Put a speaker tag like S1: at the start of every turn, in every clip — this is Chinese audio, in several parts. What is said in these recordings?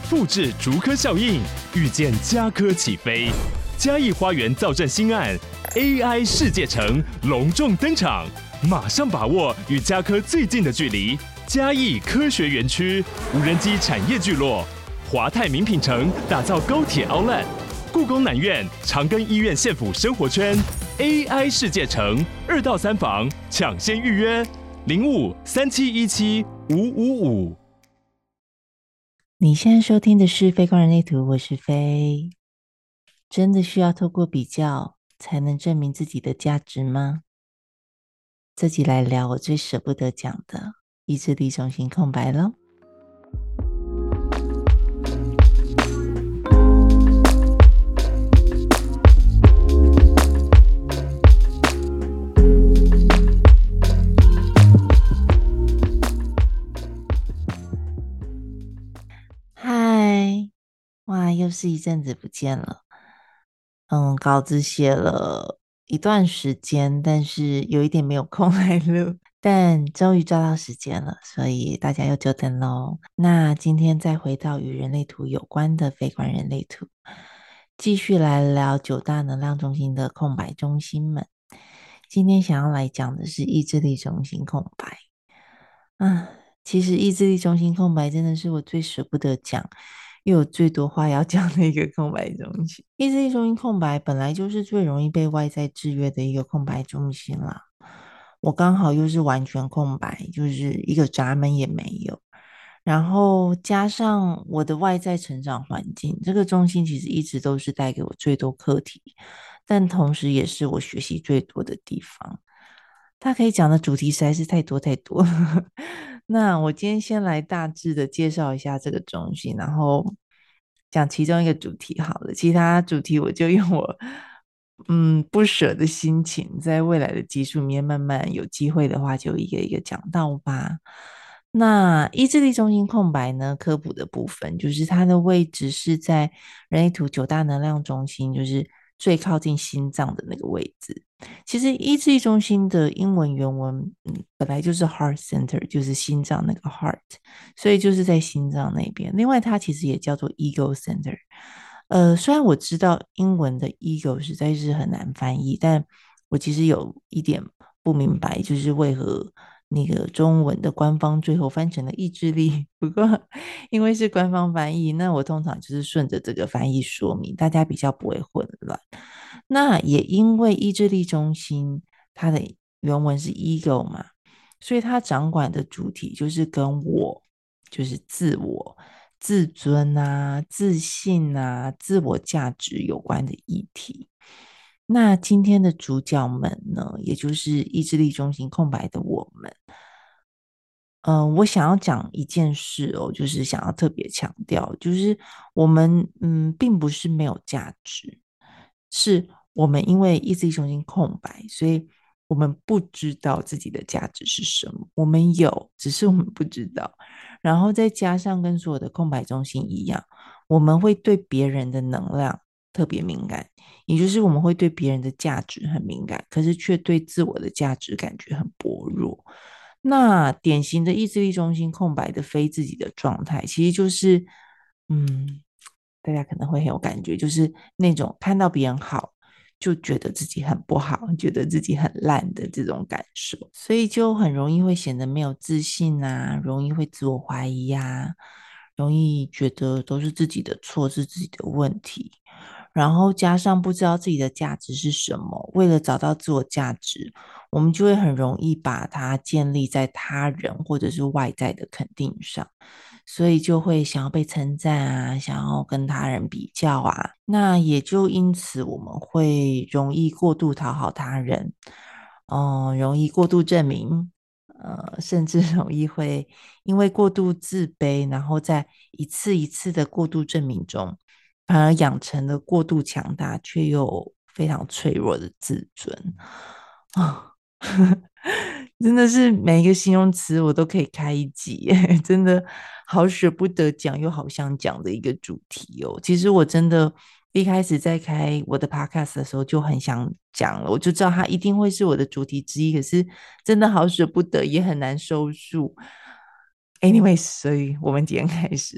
S1: 复制竹科效应，预见家科起飞。嘉义花园造镇新案 AI 世界城隆重登场，马上把握与家科最近的距离。嘉义科学园区无人机产业聚落，华泰名品城打造高铁 Outlet， 故宫南院长庚医院县府生活圈 AI 世界城2到3房抢先预约0537175555。
S2: 你现在收听的是非光人类图，我是飞。真的需要透过比较才能证明自己的价值吗？这集来聊我最舍不得讲的意志力中心空白咯。嗨，哇，又是一阵子不见了。稿子写了一段时间，但是有一点没有空来录，但终于抓到时间了，所以大家又久等咯。那今天再回到与人类图有关的非观人类图，继续来聊9大能量中心的空白中心们。今天想要来讲的是意志力中心空白。其实意志力中心空白真的是我最舍不得讲，又有最多话要讲的一个空白中心。意志力中心空白本来就是最容易被外在制约的一个空白中心啦。我刚好又是完全空白，就是一个闸门也没有，然后加上我的外在成长环境，这个中心其实一直都是带给我最多课题，但同时也是我学习最多的地方。它可以讲的主题实在是太多太多那我今天先来大致的介绍一下这个中心，然后讲其中一个主题好了，其他主题我就用我不舍的心情，在未来的集数里面慢慢有机会的话就一个一个讲到吧。那意志力中心空白呢，科普的部分就是它的位置是在人类图9大能量中心，就是最靠近心脏的那个位置。其实意志力中心的英文原文本来就是 heart center， 就是心脏那个 heart， 所以就是在心脏那边。另外它其实也叫做 ego center。虽然我知道英文的 ego 实在是很难翻译，但我其实有一点不明白，就是为何那个中文的官方最后翻成了意志力。不过因为是官方翻译，那我通常就是顺着这个翻译说明，大家比较不会混乱。那也因为意志力中心它的原文是 ego 嘛，所以它掌管的主题就是跟我，就是自我、自尊啊、自信啊、自我价值有关的议题。那今天的主角们呢，也就是意志力中心空白的我们，我想要讲一件事哦，就是想要特别强调，就是我们并不是没有价值，是我们因为意志力中心空白，所以我们不知道自己的价值是什么。我们有，只是我们不知道。然后再加上跟所有的空白中心一样，我们会对别人的能量特别敏感，也就是我们会对别人的价值很敏感，可是却对自我的价值感觉很薄弱。那典型的意志力中心空白的非自己的状态，其实就是大家可能会很有感觉，就是那种看到别人好就觉得自己很不好，觉得自己很烂的这种感受，所以就很容易会显得没有自信啊，容易会自我怀疑啊，容易觉得都是自己的错，是自己的问题，然后加上不知道自己的价值是什么，为了找到自我价值，我们就会很容易把它建立在他人或者是外在的肯定上，所以就会想要被称赞啊，想要跟他人比较啊，那也就因此我们会容易过度讨好他人，容易过度证明，甚至容易会因为过度自卑，然后在一次一次的过度证明中，反而养成了过度强大却又非常脆弱的自尊啊。真的是每一个形容词我都可以开一集耶，真的好舍不得讲又好想讲的一个主题哦。其实我真的一开始在开我的 podcast 的时候就很想讲了，我就知道它一定会是我的主题之一，可是真的好舍不得，也很难收束。Anyways， 所以我们今天开始了。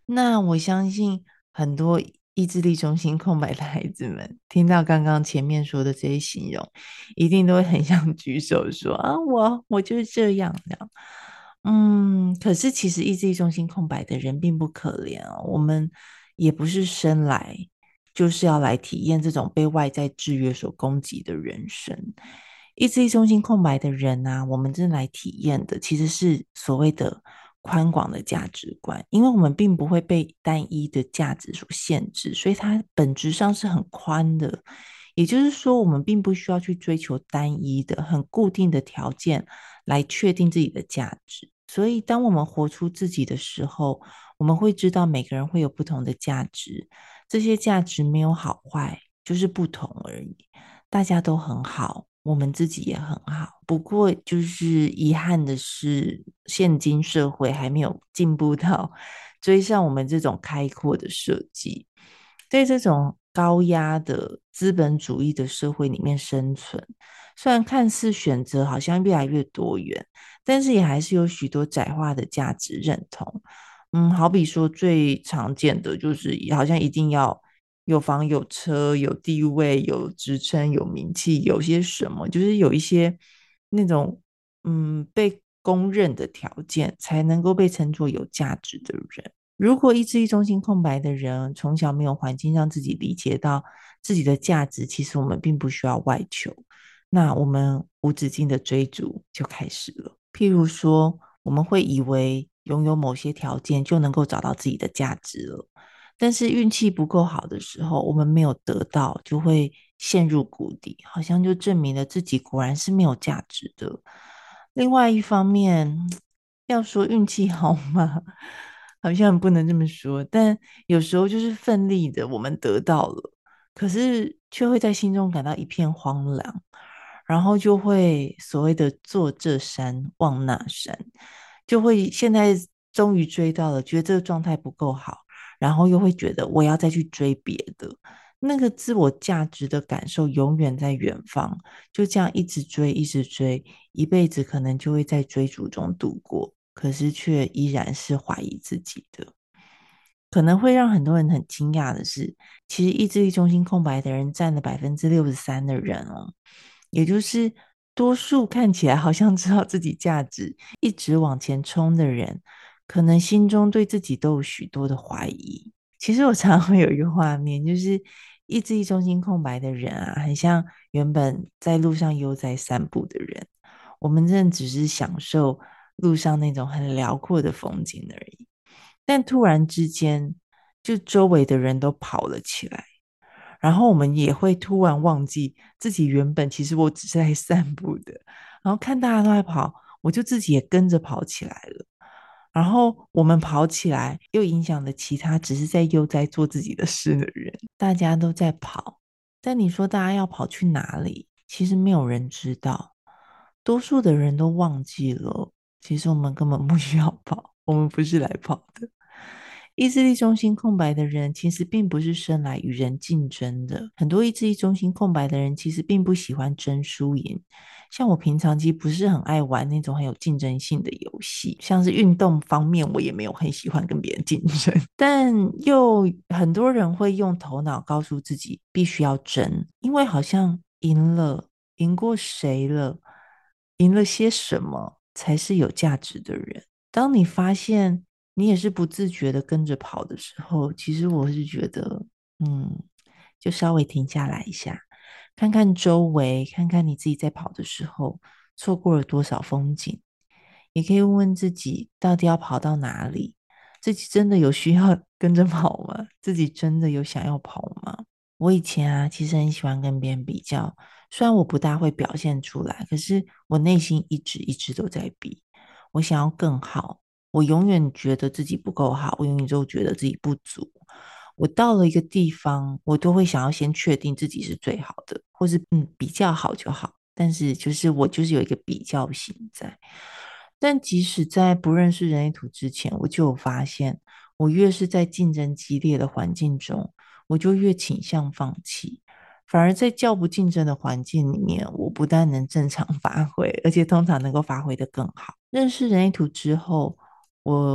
S2: 那我相信很多意志力中心空白的孩子们，听到刚刚前面说的这些形容，一定都会很想举手说啊，我就是这样。可是其实意志力中心空白的人并不可怜哦，我们也不是生来就是要来体验这种被外在制约所攻击的人生。意志力中心空白的人啊，我们真的来体验的其实是所谓的宽广的价值观，因为我们并不会被单一的价值所限制，所以它本质上是很宽的。也就是说，我们并不需要去追求单一的、很固定的条件来确定自己的价值。所以，当我们活出自己的时候，我们会知道每个人会有不同的价值，这些价值没有好坏，就是不同而已。大家都很好，我们自己也很好。不过，就是遗憾的是，现今社会还没有进步到追上我们这种开阔的设计。在这种高压的资本主义的社会里面生存，虽然看似选择好像越来越多元，但是也还是有许多窄化的价值认同。好比说最常见的就是好像一定要有房有车有地位有职称有名气有些什么，就是有一些那种被公认的条件才能够被称作有价值的人。如果意志力中心空白的人从小没有环境让自己理解到自己的价值，其实我们并不需要外求，那我们无止境的追逐就开始了。譬如说，我们会以为拥有某些条件就能够找到自己的价值了，但是运气不够好的时候，我们没有得到，就会陷入谷底，好像就证明了自己果然是没有价值的。另外一方面，要说运气好吗？好像不能这么说，但有时候就是奋力的，我们得到了，可是却会在心中感到一片荒凉，然后就会所谓的坐这山望那山，就会现在终于追到了，觉得这个状态不够好，然后又会觉得我要再去追别的，那个自我价值的感受永远在远方，就这样一直追，一直追，一辈子可能就会在追逐中度过，可是却依然是怀疑自己的。可能会让很多人很惊讶的是，其实意志力中心空白的人占了63%的人哦，也就是多数看起来好像知道自己价值，一直往前冲的人，可能心中对自己都有许多的怀疑。其实我常常会有一个画面，就是意志力中心空白的人啊，很像原本在路上悠哉散步的人，我们真的只是享受路上那种很辽阔的风景而已。但突然之间，就周围的人都跑了起来，然后我们也会突然忘记自己原本其实我只是来散步的，然后看大家都在跑，我就自己也跟着跑起来了。然后我们跑起来，又影响了其他只是在悠哉做自己的事的人。大家都在跑，但你说大家要跑去哪里？其实没有人知道，多数的人都忘记了。其实我们根本不需要跑，我们不是来跑的。意志力中心空白的人，其实并不是生来与人竞争的。很多意志力中心空白的人，其实并不喜欢争输赢。像我平常其实不是很爱玩那种很有竞争性的游戏，像是运动方面，我也没有很喜欢跟别人竞争。但又很多人会用头脑告诉自己必须要争，因为好像赢了，赢过谁了，赢了些什么才是有价值的人。当你发现你也是不自觉的跟着跑的时候，其实我是觉得，嗯，就稍微停下来一下，看看周围，看看你自己在跑的时候错过了多少风景，也可以问问自己，到底要跑到哪里？自己真的有需要跟着跑吗？自己真的有想要跑吗？我以前啊，其实很喜欢跟别人比较，虽然我不大会表现出来，可是我内心一直都在比。我想要更好，我永远觉得自己不够好，我永远都觉得自己不足。我到了一个地方，我都会想要先确定自己是最好的，或是比较好就好。但是就是我就是有一个比较心在。但即使在不认识人类图之前，我就有发现，我越是在竞争激烈的环境中，我就越倾向放弃。反而在较不竞争的环境里面，我不但能正常发挥，而且通常能够发挥得更好。认识人类图之后，我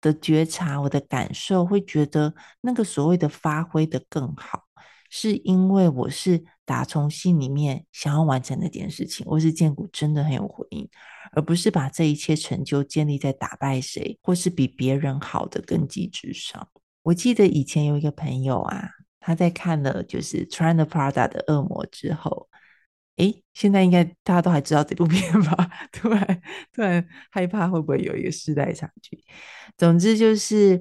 S2: 的觉察、我的感受，会觉得那个所谓的发挥的更好，是因为我是打从心里面想要完成那件事情，我是剑骨真的很有回应，而不是把这一切成就建立在打败谁或是比别人好的根基之上。我记得以前有一个朋友啊，他在看了就是穿了 Prada 的恶魔之后，诶，现在应该大家都还知道这部片吧？突然害怕会不会有一个世代差距。总之就是，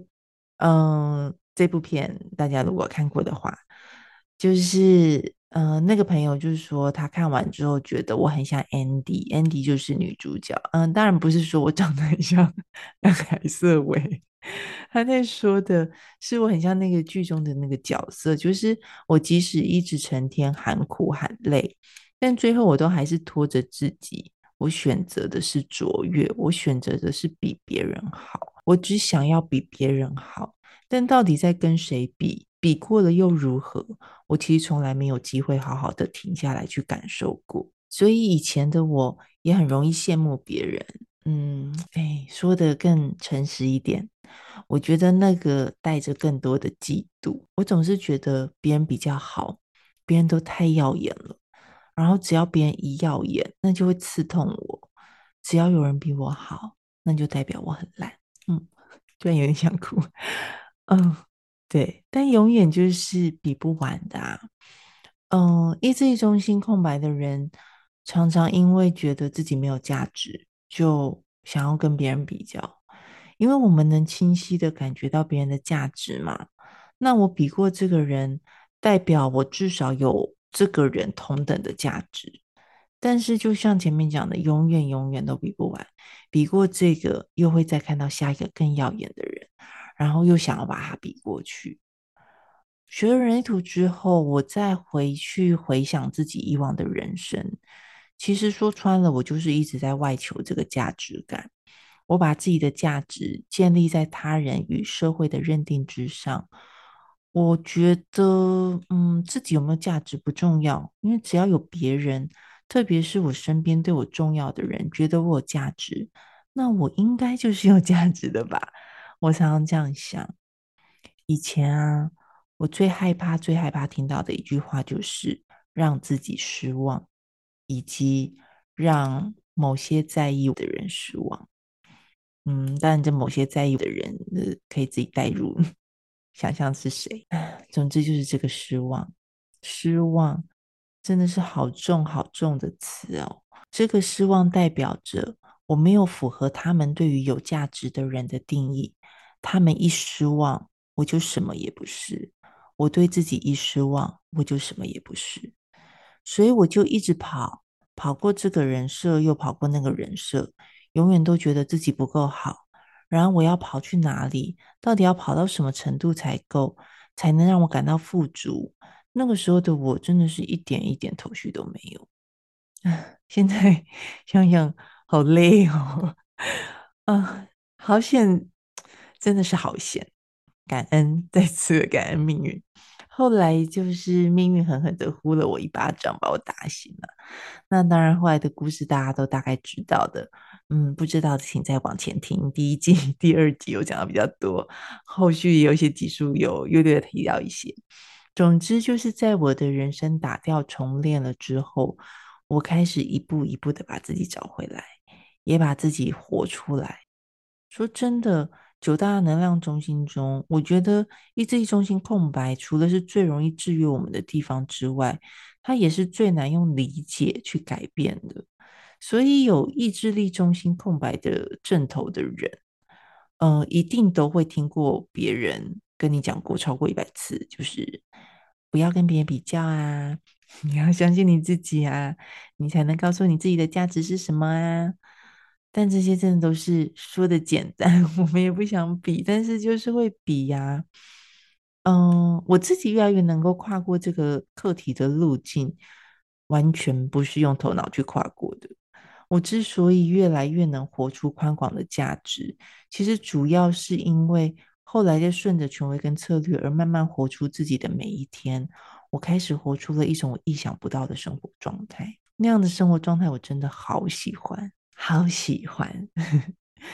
S2: 这部片大家如果看过的话，就是那个朋友就是说他看完之后觉得我很像 Andy，Andy 就是女主角。当然不是说我长得很像安海瑟薇，他在说的是我很像那个剧中的那个角色，就是我即使一直成天喊苦喊累。但最后我都还是拖着自己，我选择的是卓越，我选择的是比别人好，我只想要比别人好，但到底在跟谁比，比过了又如何？我其实从来没有机会好好的停下来去感受过，所以以前的我也很容易羡慕别人。说的更诚实一点，我觉得那个带着更多的嫉妒，我总是觉得别人比较好，别人都太耀眼了。然后只要别人一耀眼，那就会刺痛我；只要有人比我好，那就代表我很烂。嗯，突然有点想哭。嗯，对，但永远就是比不完的啊。意志力中心空白的人，常常因为觉得自己没有价值，就想要跟别人比较。因为我们能清晰的感觉到别人的价值嘛，那我比过这个人，代表我至少有这个人同等的价值。但是就像前面讲的，永远永远都比不完，比过这个又会再看到下一个更耀眼的人，然后又想要把它比过去。学了人类图之后，我再回去回想自己以往的人生，其实说穿了，我就是一直在外求这个价值感。我把自己的价值建立在他人与社会的认定之上。我觉得，自己有没有价值不重要，因为只要有别人，特别是我身边对我重要的人，觉得我有价值，那我应该就是有价值的吧。我常常这样想。以前啊，我最害怕、最害怕听到的一句话就是让自己失望，以及让某些在意我的人失望。当然，这某些在意的人，可以自己代入，想象是谁。总之就是这个失望，失望真的是好重好重的词哦。这个失望代表着我没有符合他们对于有价值的人的定义，他们一失望，我就什么也不是；我对自己一失望，我就什么也不是。所以我就一直跑，跑过这个人设，又跑过那个人设，永远都觉得自己不够好。然后我要跑去哪里？到底要跑到什么程度才够，才能让我感到富足？那个时候的我真的是一点一点头绪都没有。现在想想好累哦。啊，好险，真的是好险，感恩，再次地感恩命运。后来就是命运狠狠的呼了我一巴掌，把我打醒了。那当然，后来的故事大家都大概知道的。不知道的请再往前听，第一季、第二集有讲的比较多，后续也有一些集数有略略提到一些。总之，就是在我的人生打掉重练了之后，我开始一步一步的把自己找回来，也把自己活出来。说真的，九大能量中心中，我觉得意志力中心空白，除了是最容易制约我们的地方之外，它也是最难用理解去改变的。所以有意志力中心空白的阵头的人，一定都会听过别人跟你讲过超过100次，就是不要跟别人比较啊，你要相信你自己啊，你才能告诉你自己的价值是什么啊。但这些真的都是说的简单，我们也不想比，但是就是会比呀。我自己越来越能够跨过这个课题的路径，完全不是用头脑去跨过的。我之所以越来越能活出宽广的价值，其实主要是因为后来在顺着权威跟策略而慢慢活出自己的每一天，我开始活出了一种我意想不到的生活状态。那样的生活状态我真的好喜欢，好喜欢。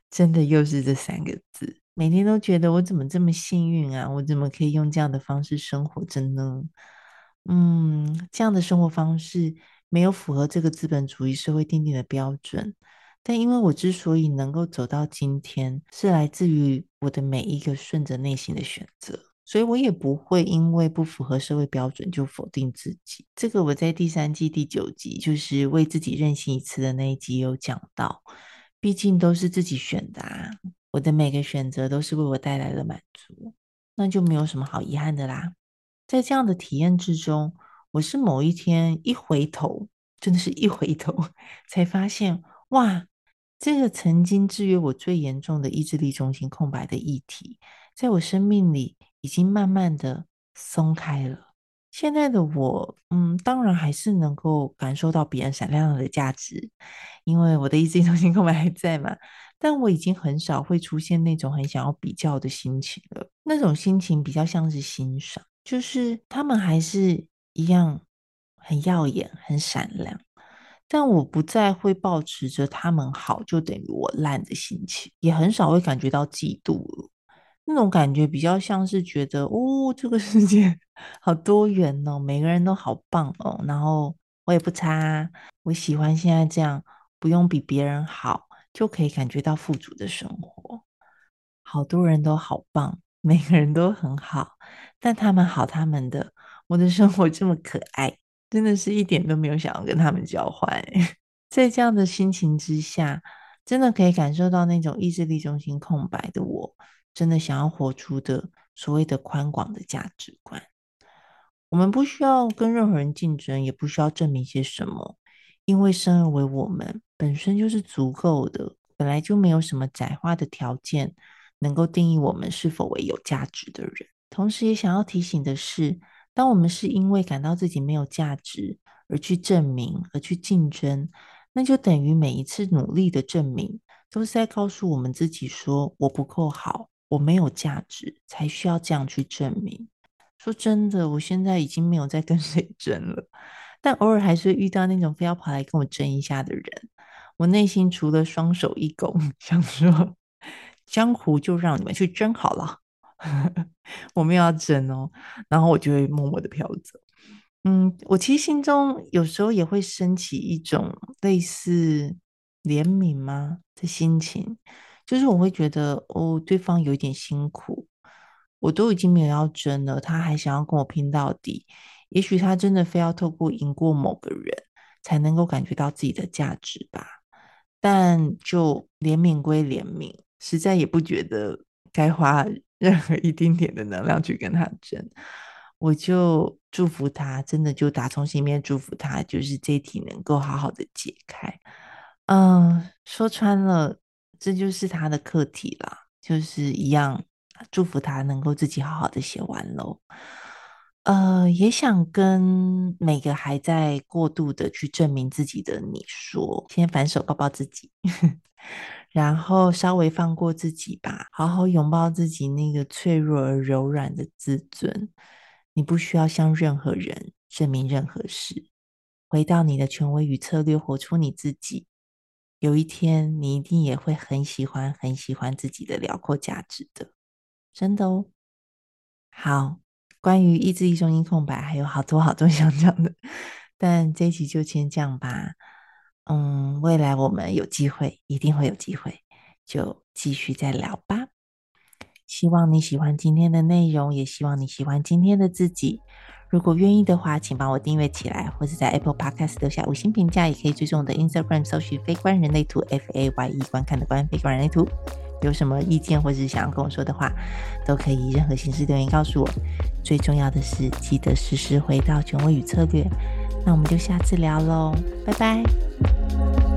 S2: 真的又是这3个字，每天都觉得我怎么这么幸运啊，我怎么可以用这样的方式生活着呢？这样的生活方式没有符合这个资本主义社会定定的标准，但因为我之所以能够走到今天，是来自于我的每一个顺着内心的选择，所以我也不会因为不符合社会标准就否定自己。这个我在第3季第9集，就是为自己任性一次的那一集有讲到，毕竟都是自己选的啊，我的每个选择都是为我带来了满足，那就没有什么好遗憾的啦。在这样的体验之中，我是某一天一回头，真的是一回头，才发现，哇，这个曾经制约我最严重的意志力中心空白的议题，在我生命里已经慢慢的松开了。现在的我，当然还是能够感受到别人闪亮亮的价值，因为我的意志力中心空白还在嘛。但我已经很少会出现那种很想要比较的心情了，那种心情比较像是欣赏，就是他们还是一样很耀眼、很闪亮，但我不再会抱持着他们好就等于我烂的心情，也很少会感觉到嫉妒了。那种感觉比较像是觉得，哦，这个世界好多元哦，每个人都好棒哦，然后我也不差啊，我喜欢现在这样，不用比别人好，就可以感觉到富足的生活。好多人都好棒，每个人都很好，但他们好他们的，我的生活这么可爱，真的是一点都没有想要跟他们交换。在这样的心情之下，真的可以感受到那种意志力中心空白的我，真的想要活出的所谓的宽广的价值观。我们不需要跟任何人竞争，也不需要证明些什么，因为生而为我们本身就是足够的，本来就没有什么窄化的条件能够定义我们是否为有价值的人。同时也想要提醒的是，当我们是因为感到自己没有价值而去证明，而去竞争，那就等于每一次努力的证明，都是在告诉我们自己说，我不够好，我没有价值，才需要这样去证明。说真的，我现在已经没有在跟谁争了，但偶尔还是会遇到那种非要跑来跟我争一下的人。我内心除了双手一拱，想说江湖就让你们去争好了，我没有要争哦，然后我就会默默的飘走。我其实心中有时候也会升起一种类似怜悯吗的心情，就是我会觉得哦，对方有一点辛苦，我都已经没有要争了，他还想要跟我拼到底，也许他真的非要透过赢过某个人，才能够感觉到自己的价值吧。但就怜悯归怜悯，实在也不觉得该花任何一丁点的能量去跟他争。我就祝福他，真的就打从心里面祝福他，就是这一题能够好好的解开。说穿了，这就是他的课题啦，就是一样祝福他能够自己好好的写完咯。也想跟每个还在过度的去证明自己的你说，先反手抱抱自己，然后稍微放过自己吧，好好拥抱自己那个脆弱而柔软的自尊。你不需要向任何人证明任何事，回到你的权威与策略，活出你自己。有一天，你一定也会很喜欢、很喜欢自己的辽阔价值的，真的哦。好，关于意志力中心空白还有好多好多想讲的，但这一集就先这样吧。未来我们有机会，一定会有机会，就继续再聊吧。希望你喜欢今天的内容，也希望你喜欢今天的自己。如果愿意的话，请帮我订阅起来，或者在 Apple Podcast 留下5星评价，也可以追踪我的 Instagram 搜寻非观人类图 FAYE 观看的观非观人类图。有什么意见或是想要跟我说的话，都可以以任何形式留言告诉我。最重要的是，记得时时回到权威与策略。那我们就下次聊咯，拜拜。